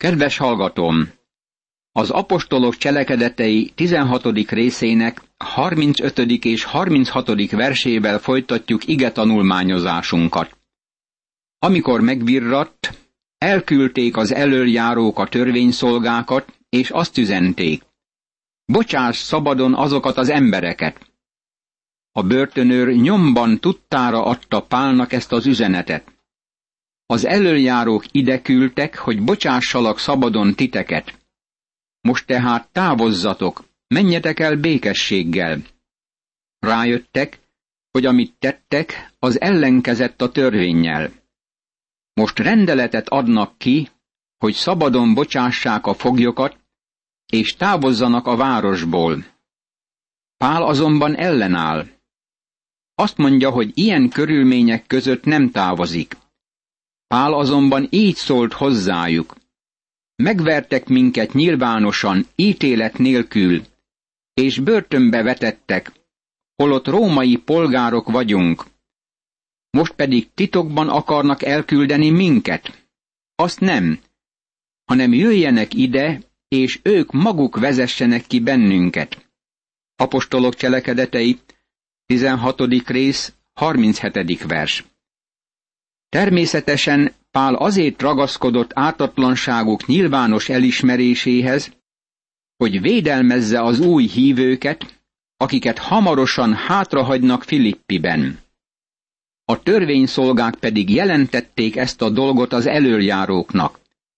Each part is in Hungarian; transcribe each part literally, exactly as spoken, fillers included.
Kedves hallgatóm! Az apostolok cselekedetei tizenhatodik részének harmincötödik és harminchatodik versével folytatjuk igetanulmányozásunkat. Amikor megvirratt, elküldték az elöljárók a törvényszolgákat, és azt üzenték: bocsáss szabadon azokat az embereket. A börtönőr nyomban tudtára adta Pálnak ezt az üzenetet. Az elöljárók ide küldtek, hogy bocsássalak szabadon titeket. Most tehát távozzatok, menjetek el békességgel. Rájöttek, hogy amit tettek, az ellenkezett a törvénnyel. Most rendeletet adnak ki, hogy szabadon bocsássák a foglyokat, és távozzanak a városból. Pál azonban ellenáll. Azt mondja, hogy ilyen körülmények között nem távozik. Pál azonban így szólt hozzájuk: megvertek minket nyilvánosan, ítélet nélkül, és börtönbe vetettek, holott római polgárok vagyunk. Most pedig titokban akarnak elküldeni minket. Azt nem, hanem jöjjenek ide, és ők maguk vezessenek ki bennünket. Apostolok cselekedetei, tizenhatodik rész, harminchetedik vers. Természetesen Pál azért ragaszkodott ártatlanságuk nyilvános elismeréséhez, hogy védelmezze az új hívőket, akiket hamarosan hátrahagynak Filippiben. A törvényszolgák pedig jelentették ezt a dolgot az elöljáróknak.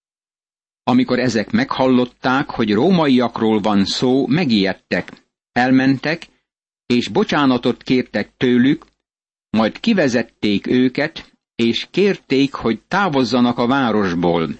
Amikor ezek meghallották, hogy rómaiakról van szó, megijedtek, elmentek, és bocsánatot kértek tőlük, majd kivezették őket, és kérték, hogy távozzanak a városból.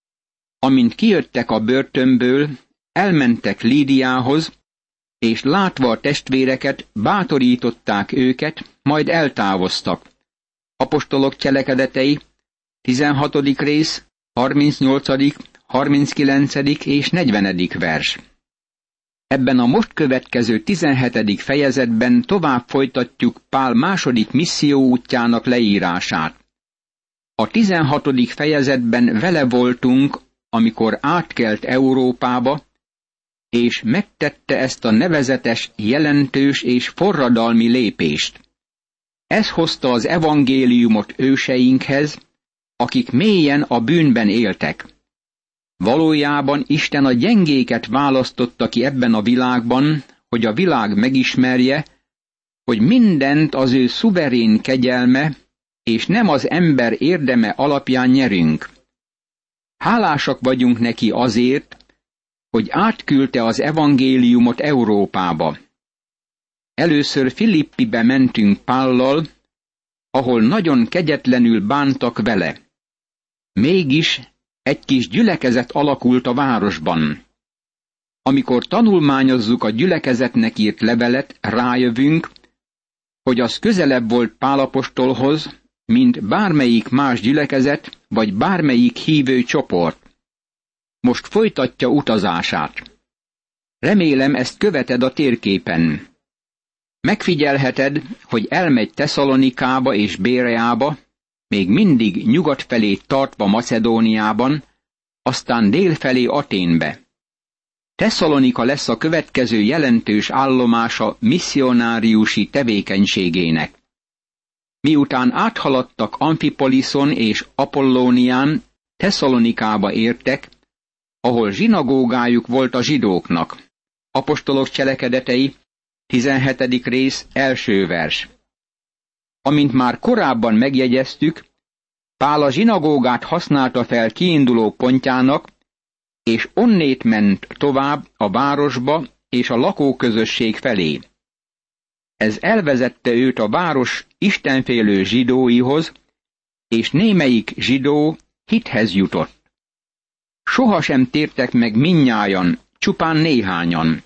Amint kijöttek a börtönből, elmentek Lídiához, és látva a testvéreket, bátorították őket, majd eltávoztak. Apostolok cselekedetei, tizenhatodik rész, harmincnyolcadik, harminckilencedik és negyvenedik vers. Ebben a most következő tizenhetedik fejezetben tovább folytatjuk Pál második misszió útjának leírását. A tizenhatodik fejezetben vele voltunk, amikor átkelt Európába, és megtette ezt a nevezetes, jelentős és forradalmi lépést. Ez hozta az evangéliumot őseinkhez, akik mélyen a bűnben éltek. Valójában Isten a gyengéket választotta ki ebben a világban, hogy a világ megismerje, hogy mindent az ő szuverén kegyelme, és nem az ember érdeme alapján nyerünk. Hálásak vagyunk neki azért, hogy átküldte az evangéliumot Európába. Először Filippibe mentünk Pállal, ahol nagyon kegyetlenül bántak vele. Mégis egy kis gyülekezet alakult a városban. Amikor tanulmányozzuk a gyülekezetnek írt levelet, rájövünk, hogy az közelebb volt Pál apostolhoz, mint bármelyik más gyülekezet, vagy bármelyik hívő csoport. Most folytatja utazását. Remélem, ezt követed a térképen. Megfigyelheted, hogy elmegy Tesszalonikába és Béreába, még mindig nyugat felé tartva Macedóniában, aztán dél felé Aténbe. Tesszalonika lesz a következő jelentős állomása misszionáriusi tevékenységének. Miután áthaladtak Amfipoliszon és Apollónián, Tesszalonikába értek, ahol zsinagógájuk volt a zsidóknak. Apostolok cselekedetei, tizenhetedik rész, első vers. Amint már korábban megjegyeztük, Pál a zsinagógát használta fel kiinduló pontjának, és onnét ment tovább a városba és a lakóközösség felé. Ez elvezette őt a város istenfélő zsidóihoz, és némelyik zsidó hithez jutott. Sohasem tértek meg mindnyájan, csupán néhányan.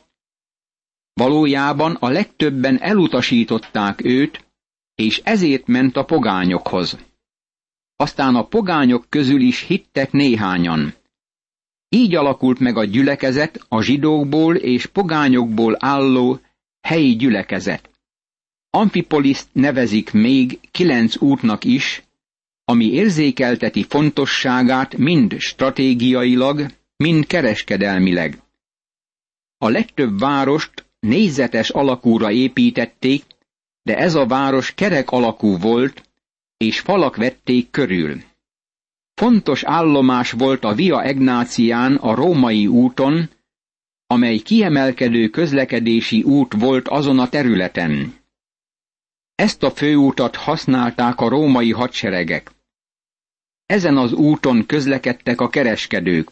Valójában a legtöbben elutasították őt, és ezért ment a pogányokhoz. Aztán a pogányok közül is hittek néhányan. Így alakult meg a gyülekezet, a zsidókból és pogányokból álló helyi gyülekezet. Amfipoliszt nevezik még kilenc útnak is, ami érzékelteti fontosságát mind stratégiailag, mind kereskedelmileg. A legtöbb várost négyzetes alakúra építették, de ez a város kerek alakú volt, és falak vették körül. Fontos állomás volt a Via Egnátián a római úton, amely kiemelkedő közlekedési út volt azon a területen. Ezt a főútat használták a római hadseregek. Ezen az úton közlekedtek a kereskedők.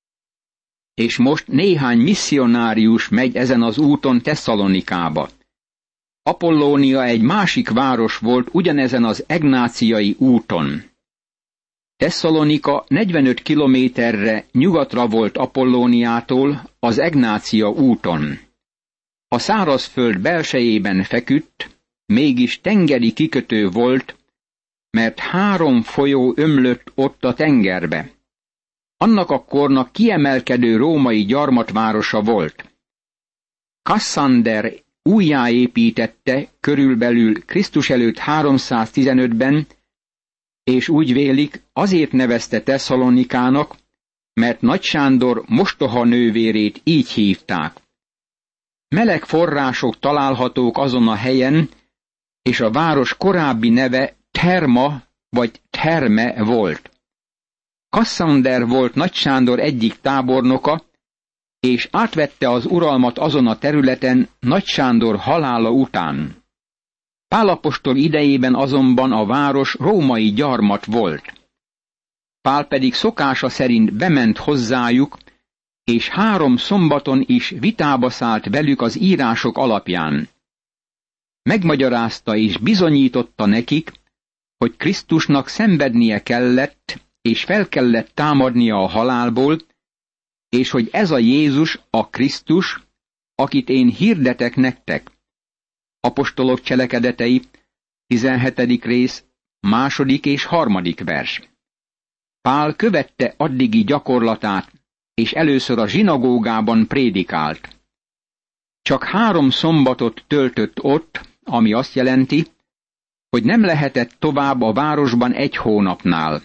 És most néhány misszionárius megy ezen az úton Tesszalonikába. Apollónia egy másik város volt ugyanezen az egnáciai úton. Tesszalonika negyvenöt kilométerre nyugatra volt Apollóniától az Egnácia úton. A szárazföld belsejében feküdt, mégis tengeri kikötő volt, mert három folyó ömlött ott a tengerbe. Annak a kornak kiemelkedő római gyarmatvárosa volt. Kassander újjáépítette körülbelül Krisztus előtt háromszáztizenötben, és úgy vélik, azért nevezte Tesszalonikának, mert Nagy Sándor mostoha nővérét így hívták. Meleg források találhatók azon a helyen, és a város korábbi neve Therma vagy Therme volt. Kassander volt Nagy Sándor egyik tábornoka, és átvette az uralmat azon a területen Nagy Sándor halála után. Pál apostol idejében azonban a város római gyarmat volt. Pál pedig szokása szerint bement hozzájuk, és három szombaton is vitába szállt velük az írások alapján. Megmagyarázta és bizonyította nekik, hogy Krisztusnak szenvednie kellett, és fel kellett támadnia a halálból, és hogy ez a Jézus, a Krisztus, akit én hirdetek nektek. Apostolok cselekedetei, tizenhetedik rész, második és harmadik vers. Pál követte addigi gyakorlatát, és először a zsinagógában prédikált. Csak három szombatot töltött ott, ami azt jelenti, hogy nem lehetett tovább a városban egy hónapnál.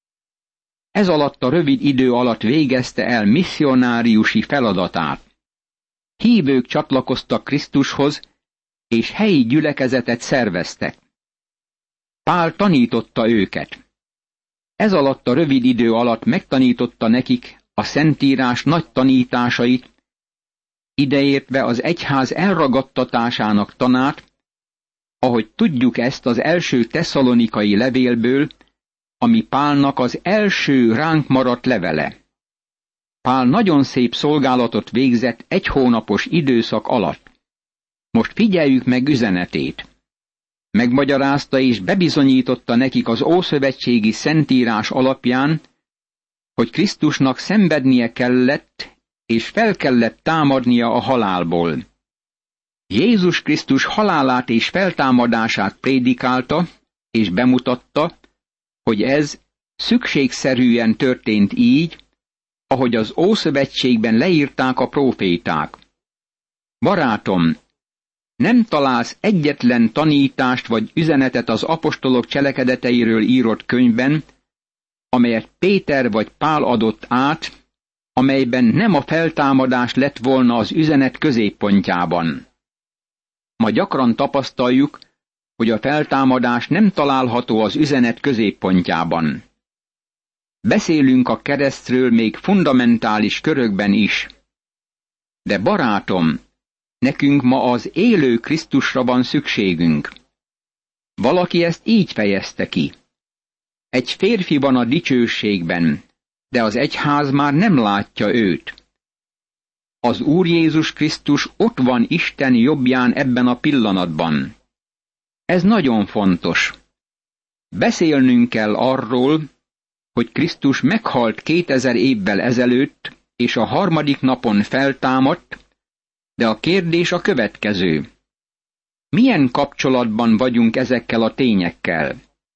Ez alatt a rövid idő alatt végezte el misszionáriusi feladatát. Hívők csatlakoztak Krisztushoz, és helyi gyülekezetet szerveztek. Pál tanította őket. Ez alatt a rövid idő alatt megtanította nekik a Szentírás nagy tanításait, ideértve az egyház elragadtatásának tanát, ahogy tudjuk ezt az első tesszalonikai levélből, ami Pálnak az első ránk maradt levele. Pál nagyon szép szolgálatot végzett egy hónapos időszak alatt. Most figyeljük meg üzenetét. Megmagyarázta és bebizonyította nekik az ószövetségi szentírás alapján, hogy Krisztusnak szenvednie kellett, és fel kellett támadnia a halálból. Jézus Krisztus halálát és feltámadását prédikálta, és bemutatta, hogy ez szükségszerűen történt így, ahogy az Ószövetségben leírták a próféták. Barátom, nem találsz egyetlen tanítást vagy üzenetet az apostolok cselekedeteiről írott könyvben, amelyet Péter vagy Pál adott át, amelyben nem a feltámadás lett volna az üzenet középpontjában. Ma gyakran tapasztaljuk, hogy a feltámadás nem található az üzenet középpontjában. Beszélünk a keresztről még fundamentális körökben is. De barátom, nekünk ma az élő Krisztusra van szükségünk. Valaki ezt így fejezte ki. Egy férfi van a dicsőségben, de az egyház már nem látja őt. Az Úr Jézus Krisztus ott van Isten jobbján ebben a pillanatban. Ez nagyon fontos. Beszélnünk kell arról, hogy Krisztus meghalt kétezer évvel ezelőtt, és a harmadik napon feltámadt, de a kérdés a következő. Milyen kapcsolatban vagyunk ezekkel a tényekkel?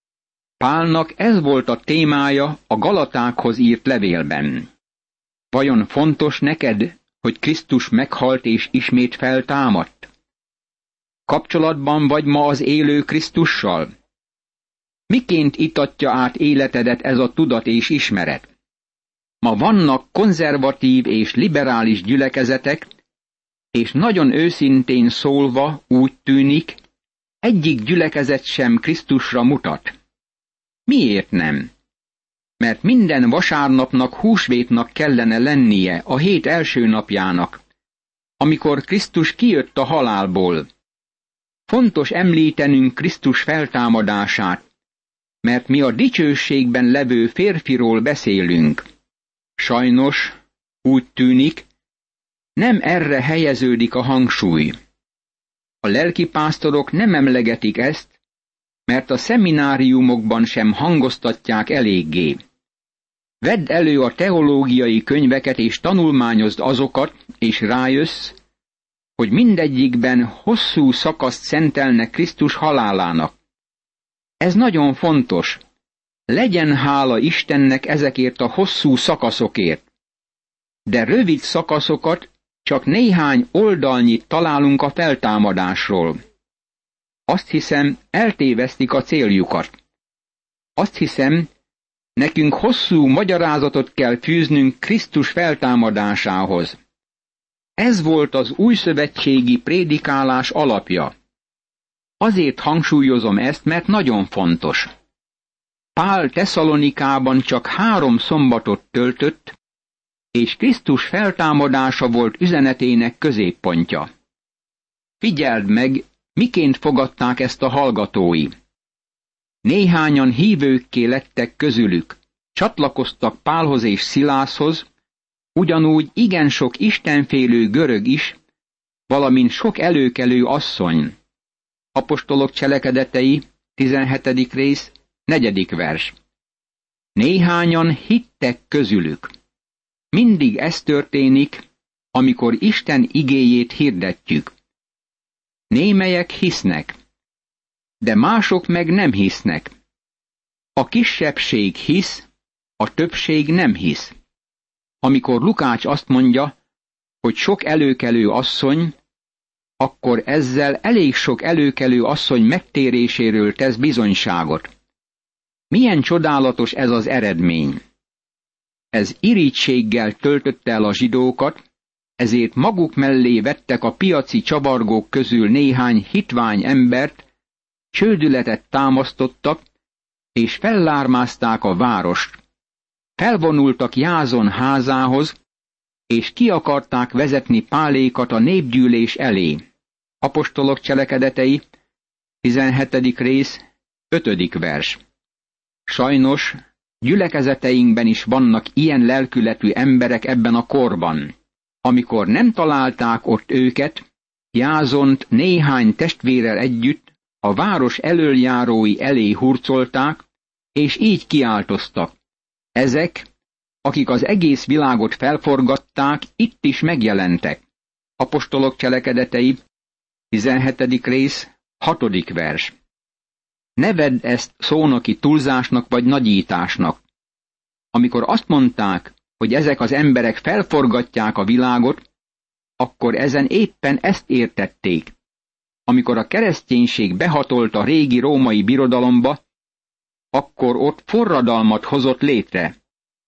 Pálnak ez volt a témája a Galatákhoz írt levélben. Vajon fontos neked, hogy Krisztus meghalt és ismét feltámadt? Kapcsolatban vagy ma az élő Krisztussal? Miként itatja át életedet ez a tudat és ismeret? Ma vannak konzervatív és liberális gyülekezetek, és nagyon őszintén szólva úgy tűnik, egyik gyülekezet sem Krisztusra mutat. Miért nem? Mert minden vasárnapnak húsvétnak kellene lennie, a hét első napjának, amikor Krisztus kijött a halálból. Fontos említenünk Krisztus feltámadását, mert mi a dicsőségben levő férfiról beszélünk. Sajnos, úgy tűnik, nem erre helyeződik a hangsúly. A lelkipásztorok nem emlegetik ezt, mert a szemináriumokban sem hangoztatják eléggé. Vedd elő a teológiai könyveket és tanulmányozd azokat, és rájössz, hogy mindegyikben hosszú szakaszt szentelnek Krisztus halálának. Ez nagyon fontos. Legyen hála Istennek ezekért a hosszú szakaszokért. De rövid szakaszokat, csak néhány oldalnyit találunk a feltámadásról. Azt hiszem, eltévesztik a céljukat. Azt hiszem, nekünk hosszú magyarázatot kell fűznünk Krisztus feltámadásához. Ez volt az újszövetségi prédikálás alapja. Azért hangsúlyozom ezt, mert nagyon fontos. Pál Tesszalonikában csak három szombatot töltött, és Krisztus feltámadása volt üzenetének középpontja. Figyeld meg, miként fogadták ezt a hallgatói. Néhányan hívőkké lettek közülük, csatlakoztak Pálhoz és Szilászhoz, ugyanúgy igen sok istenfélő görög is, valamint sok előkelő asszony. Apostolok cselekedetei, tizenhetedik rész, negyedik vers. Néhányan hittek közülük. Mindig ez történik, amikor Isten igéjét hirdetjük. Némelyek hisznek, de mások meg nem hisznek. A kisebbség hisz, a többség nem hisz. Amikor Lukács azt mondja, hogy sok előkelő asszony, akkor ezzel elég sok előkelő asszony megtéréséről tesz bizonyságot. Milyen csodálatos ez az eredmény! Ez irítséggel töltötte el a zsidókat, ezért maguk mellé vettek a piaci csavargók közül néhány hitvány embert, csődületet támasztottak, és fellármázták a várost. Felvonultak Jázon házához, és ki akarták vezetni Pálékat a népgyűlés elé. Apostolok cselekedetei, tizenhetedik rész, ötödik vers. Sajnos gyülekezeteinkben is vannak ilyen lelkületű emberek ebben a korban. Amikor nem találták ott őket, Jázont néhány testvérrel együtt a város elöljárói elé hurcolták, és így kiáltoztak. Ezek, akik az egész világot felforgatták, itt is megjelentek. Apostolok cselekedetei, tizenhetedik rész, hatodik vers. Ne vedd ezt szónoki túlzásnak vagy nagyításnak. Amikor azt mondták, hogy ezek az emberek felforgatják a világot, akkor ezen éppen ezt értették. Amikor a kereszténység behatolt a régi római birodalomba, akkor ott forradalmat hozott létre.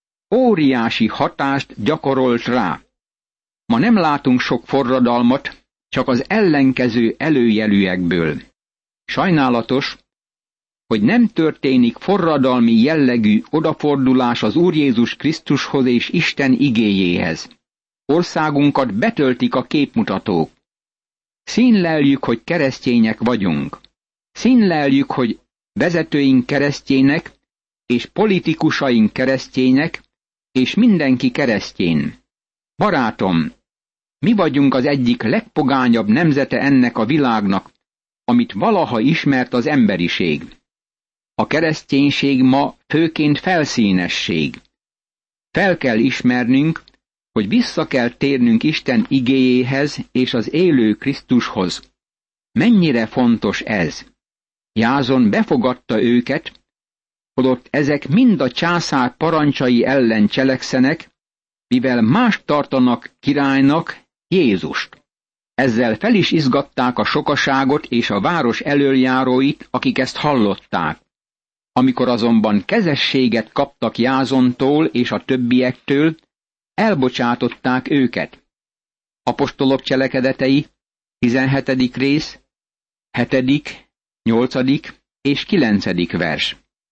Óriási hatást gyakorolt rá. Ma nem látunk sok forradalmat, csak az ellenkező előjelűekből. Sajnálatos, hogy nem történik forradalmi jellegű odafordulás az Úr Jézus Krisztushoz és Isten igéjéhez. Országunkat betöltik a képmutatók. Színleljük, hogy keresztények vagyunk. Színleljük, hogy vezetőink keresztjének, és politikusaink keresztjének, és mindenki keresztjén. Barátom, mi vagyunk az egyik legpogányabb nemzete ennek a világnak, amit valaha ismert az emberiség. A kereszténység ma főként felszínesség. Fel kell ismernünk, hogy vissza kell térnünk Isten igéjéhez és az élő Krisztushoz. Mennyire fontos ez? Jázon befogadta őket, holott ezek mind a császár parancsai ellen cselekszenek, mivel más tartanak királynak, Jézust. Ezzel fel is izgatták a sokaságot és a város elöljáróit, akik ezt hallották. Amikor azonban kezességet kaptak Jázontól és a többiektől, elbocsátották őket. Apostolok cselekedetei, tizenhetedik rész, hetedik, nyolcadik és kilencedik vers.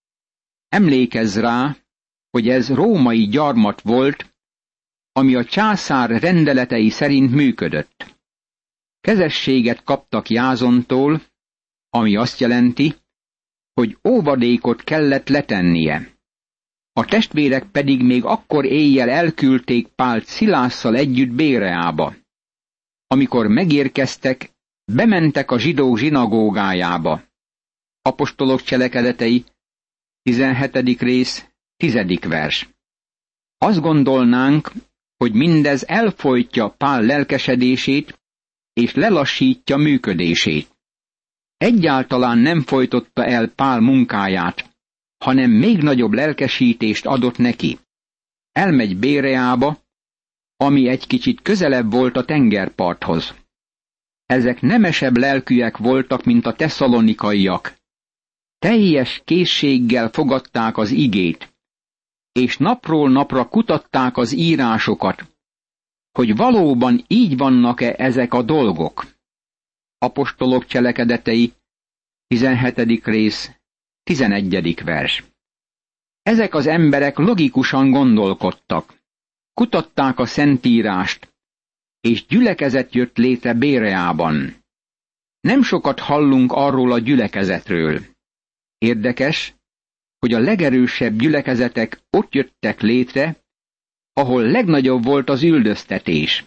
Emlékezz rá, hogy ez római gyarmat volt, ami a császár rendeletei szerint működött. Kezességet kaptak Jázontól, ami azt jelenti, hogy óvadékot kellett letennie. A testvérek pedig még akkor éjjel elküldték Pált Szilásszal együtt Béreába. Amikor megérkeztek, bementek a zsidók zsinagógájába. Apostolok cselekedetei, tizenhetedik rész, tizedik vers. Azt gondolnánk, hogy mindez elfojtja Pál lelkesedését, és lelassítja működését. Egyáltalán nem folytotta el Pál munkáját, hanem még nagyobb lelkesítést adott neki. Elmegy Béreába, ami egy kicsit közelebb volt a tengerparthoz. Ezek nemesebb lelkűek voltak, mint a tesszalonikaiak. Teljes készséggel fogadták az igét, és napról napra kutatták az írásokat, hogy valóban így vannak-e ezek a dolgok. Apostolok cselekedetei, tizenhetedik rész, tizenegyedik vers. Ezek az emberek logikusan gondolkodtak, kutatták a Szentírást, és gyülekezet jött létre Béreában. Nem sokat hallunk arról a gyülekezetről. Érdekes, hogy a legerősebb gyülekezetek ott jöttek létre, ahol legnagyobb volt az üldöztetés.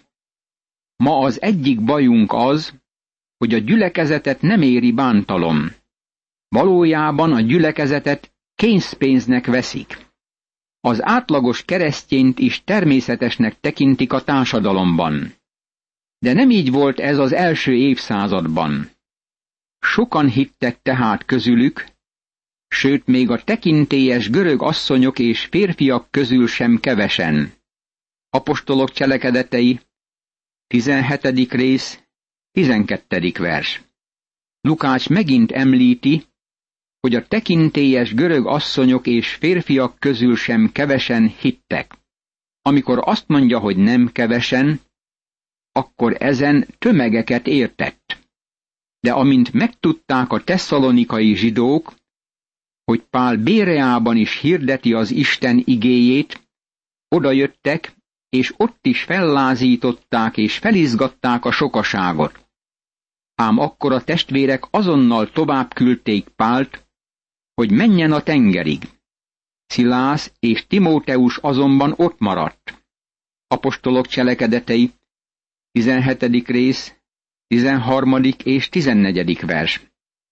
Ma az egyik bajunk az, hogy a gyülekezetet nem éri bántalom. Valójában a gyülekezetet kénzpénznek veszik. Az átlagos keresztényt is természetesnek tekintik a társadalomban. De nem így volt ez az első évszázadban. Sokan hittek tehát közülük, sőt még a tekintélyes görög asszonyok és férfiak közül sem kevesen. Apostolok cselekedetei, tizenhetedik rész, tizenkettedik vers. Lukács megint említi, hogy a tekintélyes görög asszonyok és férfiak közül sem kevesen hittek. Amikor azt mondja, hogy nem kevesen, akkor ezen tömegeket értett. De amint megtudták a tesszalonikai zsidók, hogy Pál Béreában is hirdeti az Isten igéjét, odajöttek, és ott is fellázították és felizgatták a sokaságot. Ám akkor a testvérek azonnal tovább küldték Pált, hogy menjen a tengerig. Szilász és Timóteus azonban ott maradt. Apostolok cselekedetei, tizenhetedik rész, tizenharmadik és tizennegyedik vers.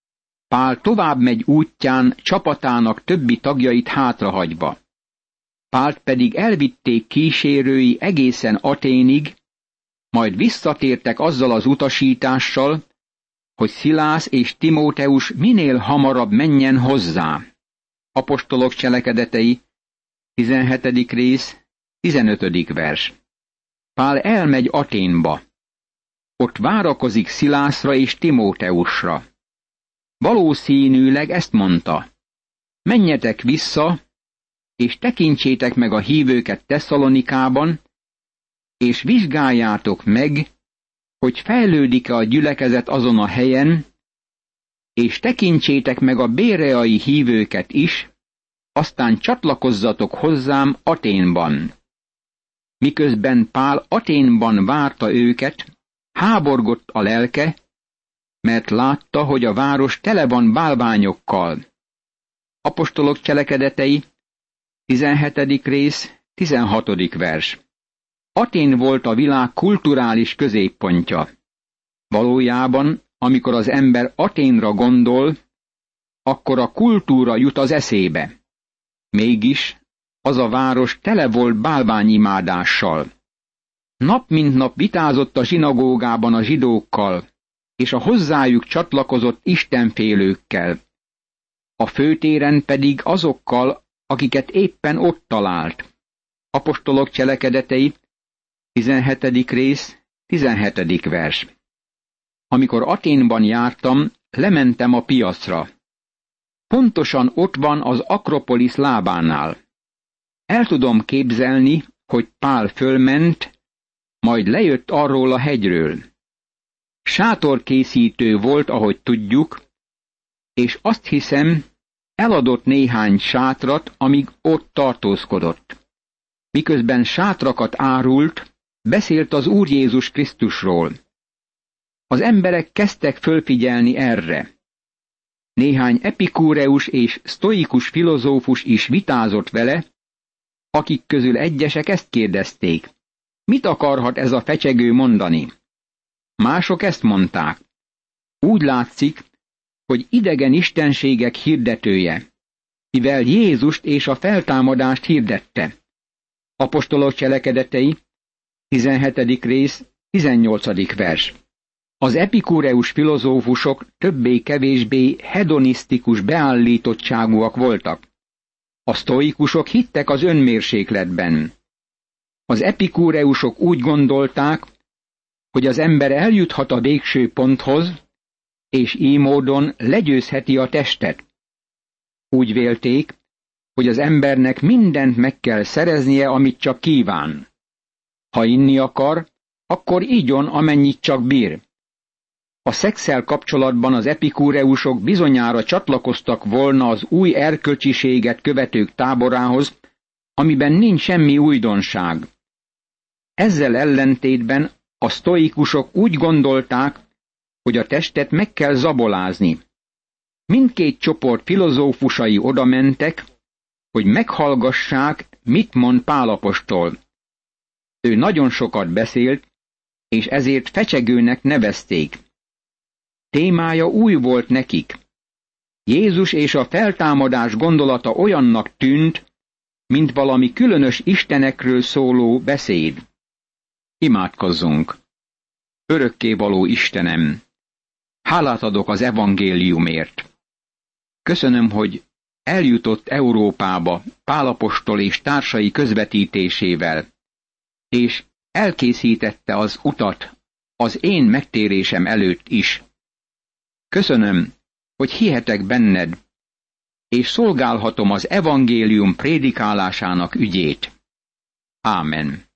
Pál tovább megy útján csapatának többi tagjait hátrahagyva. Pált pedig elvitték kísérői egészen Aténig, majd visszatértek azzal az utasítással, hogy Szilász és Timóteus minél hamarabb menjen hozzá. Apostolok cselekedetei, tizenhetedik rész, tizenötödik vers. Pál elmegy Aténba. Ott várakozik Szilászra és Timóteusra. Valószínűleg ezt mondta: menjetek vissza, és tekintsétek meg a hívőket Tesszalonikában, és vizsgáljátok meg, hogy fejlődik-e a gyülekezet azon a helyen, és tekintsétek meg a béreai hívőket is, aztán csatlakozzatok hozzám Aténban. Miközben Pál Aténban várta őket, háborgott a lelke, mert látta, hogy a város tele van bálványokkal. Apostolok cselekedetei, tizenhetedik rész, tizenhatodik vers. Atén volt a világ kulturális középpontja. Valójában, amikor az ember Aténra gondol, akkor a kultúra jut az eszébe. Mégis az a város tele volt bálványimádással. Nap mint nap vitázott a zsinagógában a zsidókkal, és a hozzájuk csatlakozott istenfélőkkel. A főtéren pedig azokkal, akiket éppen ott talált. Apostolok cselekedetei, tizenhetedik rész, tizenhetedik vers. Amikor Aténban jártam, lementem a piacra. pontosan ott van az Akropolisz lábánál. El tudom képzelni, hogy Pál fölment, majd lejött arról a hegyről. Sátorkészítő volt, ahogy tudjuk, és azt hiszem, eladott néhány sátrat, amíg ott tartózkodott. Miközben sátrakat árult, beszélt az Úr Jézus Krisztusról. Az emberek kezdtek fölfigyelni erre. Néhány epikúreus és sztoikus filozófus is vitázott vele, akik közül egyesek ezt kérdezték. Mit akarhat ez a fecsegő mondani? Mások ezt mondták. Úgy látszik, hogy idegen istenségek hirdetője, mivel Jézust és a feltámadást hirdette. Apostolok cselekedetei, tizenhetedik rész, tizennyolcadik vers. Az epikúreus filozófusok többé-kevésbé hedonisztikus beállítottságúak voltak. A sztoikusok hittek az önmérsékletben. Az epikúreusok úgy gondolták, hogy az ember eljuthat a végső ponthoz, és így módon legyőzheti a testet. Úgy vélték, hogy az embernek mindent meg kell szereznie, amit csak kíván. Ha inni akar, akkor igyon, amennyit csak bír. A szexszel kapcsolatban az epikúreusok bizonyára csatlakoztak volna az új erkölcsiséget követők táborához, amiben nincs semmi újdonság. Ezzel ellentétben a sztoikusok úgy gondolták, hogy a testet meg kell zabolázni. Mindkét csoport filozófusai odamentek, hogy meghallgassák, mit mond Pál apostol. Ő nagyon sokat beszélt, és ezért fecsegőnek nevezték. Témája új volt nekik. Jézus és a feltámadás gondolata olyannak tűnt, mint valami különös istenekről szóló beszéd. Imádkozzunk! Örökkévaló Istenem! Hálát adok az evangéliumért. Köszönöm, hogy eljutott Európába Pál apostol és társai közvetítésével, és elkészítette az utat az én megtérésem előtt is. Köszönöm, hogy hihetek benned, és szolgálhatom az evangélium prédikálásának ügyét. Ámen.